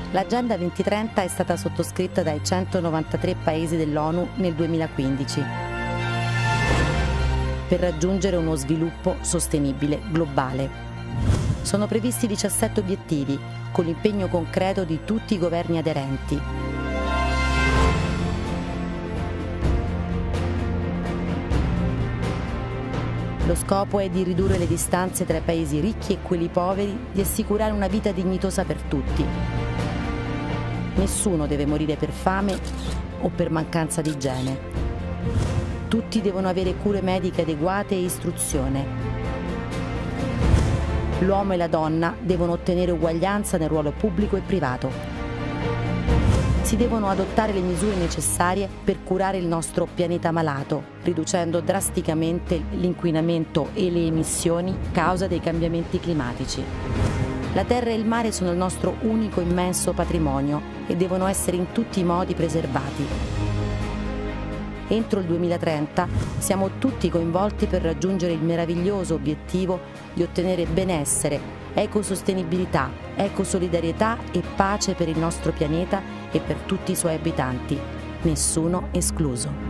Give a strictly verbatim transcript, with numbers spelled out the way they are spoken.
L'Agenda duemilatrenta è stata sottoscritta dai centonovantatré paesi dell'ONU nel duemilaquindici per raggiungere uno sviluppo sostenibile globale. Sono previsti diciassette obiettivi con l'impegno concreto di tutti i governi aderenti. Lo scopo è di ridurre le distanze tra i paesi ricchi e quelli poveri, di assicurare una vita dignitosa per tutti. Nessuno deve morire per fame o per mancanza di igiene. Tutti devono avere cure mediche adeguate e istruzione. L'uomo e la donna devono ottenere uguaglianza nel ruolo pubblico e privato. Si devono adottare le misure necessarie per curare il nostro pianeta malato, riducendo drasticamente l'inquinamento e le emissioni causa dei cambiamenti climatici. La terra e il mare sono il nostro unico immenso patrimonio e devono essere in tutti i modi preservati. Entro il duemilatrenta siamo tutti coinvolti per raggiungere il meraviglioso obiettivo di ottenere benessere, ecosostenibilità, ecosolidarietà e pace per il nostro pianeta e per tutti i suoi abitanti, nessuno escluso.